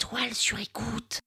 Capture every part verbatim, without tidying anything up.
toile sur écoute.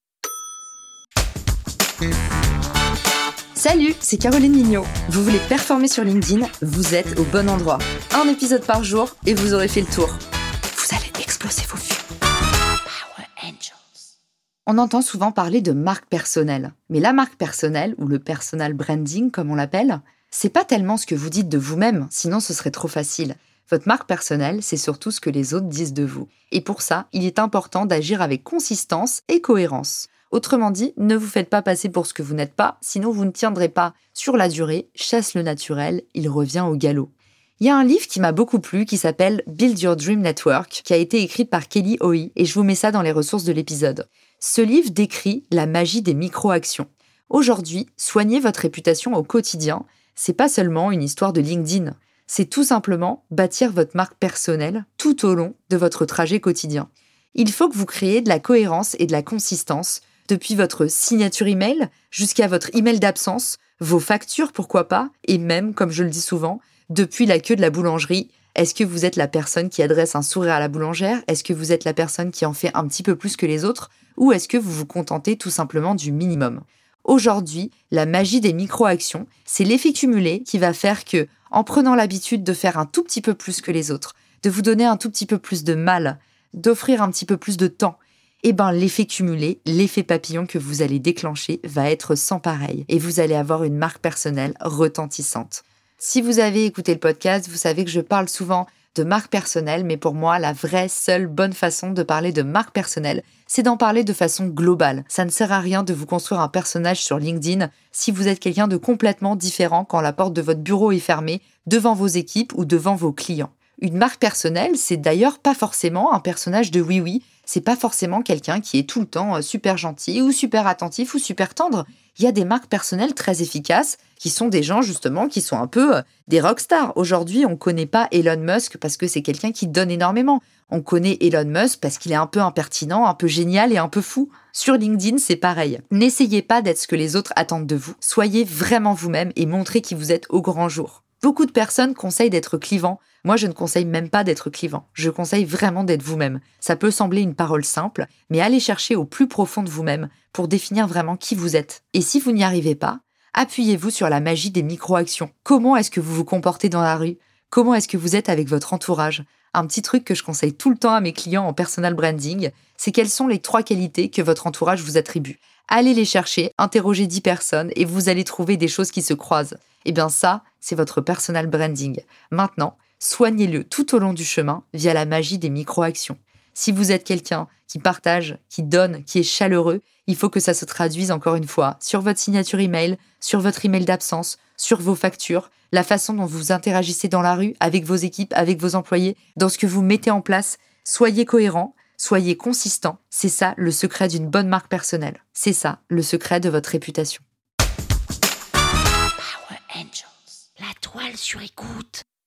Salut, c'est Caroline Mignot. Vous voulez performer sur LinkedIn? Vous êtes au bon endroit. Un épisode par jour et vous aurez fait le tour. Vous allez exploser vos vues. Power Angels. On entend souvent parler de marque personnelle. Mais la marque personnelle, ou le personal branding comme on l'appelle, c'est pas tellement ce que vous dites de vous-même, sinon ce serait trop facile. Votre marque personnelle, c'est surtout ce que les autres disent de vous. Et pour ça, il est important d'agir avec consistance et cohérence. Autrement dit, ne vous faites pas passer pour ce que vous n'êtes pas, sinon vous ne tiendrez pas sur la durée. Chasse le naturel, il revient au galop. Il y a un livre qui m'a beaucoup plu qui s'appelle Build Your Dream Network, qui a été écrit par Kelly Hoey, et je vous mets ça dans les ressources de l'épisode. Ce livre décrit la magie des micro-actions. Aujourd'hui, soigner votre réputation au quotidien, c'est pas seulement une histoire de LinkedIn. C'est tout simplement bâtir votre marque personnelle tout au long de votre trajet quotidien. Il faut que vous créiez de la cohérence et de la consistance depuis votre signature email jusqu'à votre email d'absence, vos factures pourquoi pas, et même, comme je le dis souvent, depuis la queue de la boulangerie. Est-ce que vous êtes la personne qui adresse un sourire à la boulangère? Est-ce que vous êtes la personne qui en fait un petit peu plus que les autres? Ou est-ce que vous vous contentez tout simplement du minimum? Aujourd'hui, la magie des micro-actions, c'est l'effet cumulé qui va faire que, en prenant l'habitude de faire un tout petit peu plus que les autres, de vous donner un tout petit peu plus de mal, d'offrir un petit peu plus de temps, eh ben l'effet cumulé, l'effet papillon que vous allez déclencher va être sans pareil et vous allez avoir une marque personnelle retentissante. Si vous avez écouté le podcast, vous savez que je parle souvent de marque personnelle, mais pour moi, la vraie, seule, bonne façon de parler de marque personnelle, c'est d'en parler de façon globale. Ça ne sert à rien de vous construire un personnage sur LinkedIn si vous êtes quelqu'un de complètement différent quand la porte de votre bureau est fermée, devant vos équipes ou devant vos clients. Une marque personnelle, c'est d'ailleurs pas forcément un personnage de oui-oui, c'est pas forcément quelqu'un qui est tout le temps super gentil ou super attentif ou super tendre. Il y a des marques personnelles très efficaces qui sont des gens justement qui sont un peu euh, des rockstars. Aujourd'hui, on connaît pas Elon Musk parce que c'est quelqu'un qui donne énormément. On connaît Elon Musk parce qu'il est un peu impertinent, un peu génial et un peu fou. Sur LinkedIn, c'est pareil. N'essayez pas d'être ce que les autres attendent de vous. Soyez vraiment vous-même et montrez qui vous êtes au grand jour. Beaucoup de personnes conseillent d'être clivant. Moi, je ne conseille même pas d'être clivant. Je conseille vraiment d'être vous-même. Ça peut sembler une parole simple, mais allez chercher au plus profond de vous-même pour définir vraiment qui vous êtes. Et si vous n'y arrivez pas, appuyez-vous sur la magie des micro-actions. Comment est-ce que vous vous comportez dans la rue? Comment est-ce que vous êtes avec votre entourage? Un petit truc que je conseille tout le temps à mes clients en personal branding, c'est quelles sont les trois qualités que votre entourage vous attribue. Allez les chercher, interrogez dix personnes et vous allez trouver des choses qui se croisent. Eh bien ça, c'est votre personal branding. Maintenant, soignez-le tout au long du chemin via la magie des micro-actions. Si vous êtes quelqu'un qui partage, qui donne, qui est chaleureux, il faut que ça se traduise encore une fois sur votre signature email, sur votre email d'absence, sur vos factures, la façon dont vous interagissez dans la rue, avec vos équipes, avec vos employés, dans ce que vous mettez en place. Soyez cohérent, soyez consistant. C'est ça le secret d'une bonne marque personnelle. C'est ça le secret de votre réputation. Power Angels. La toile sur écoute.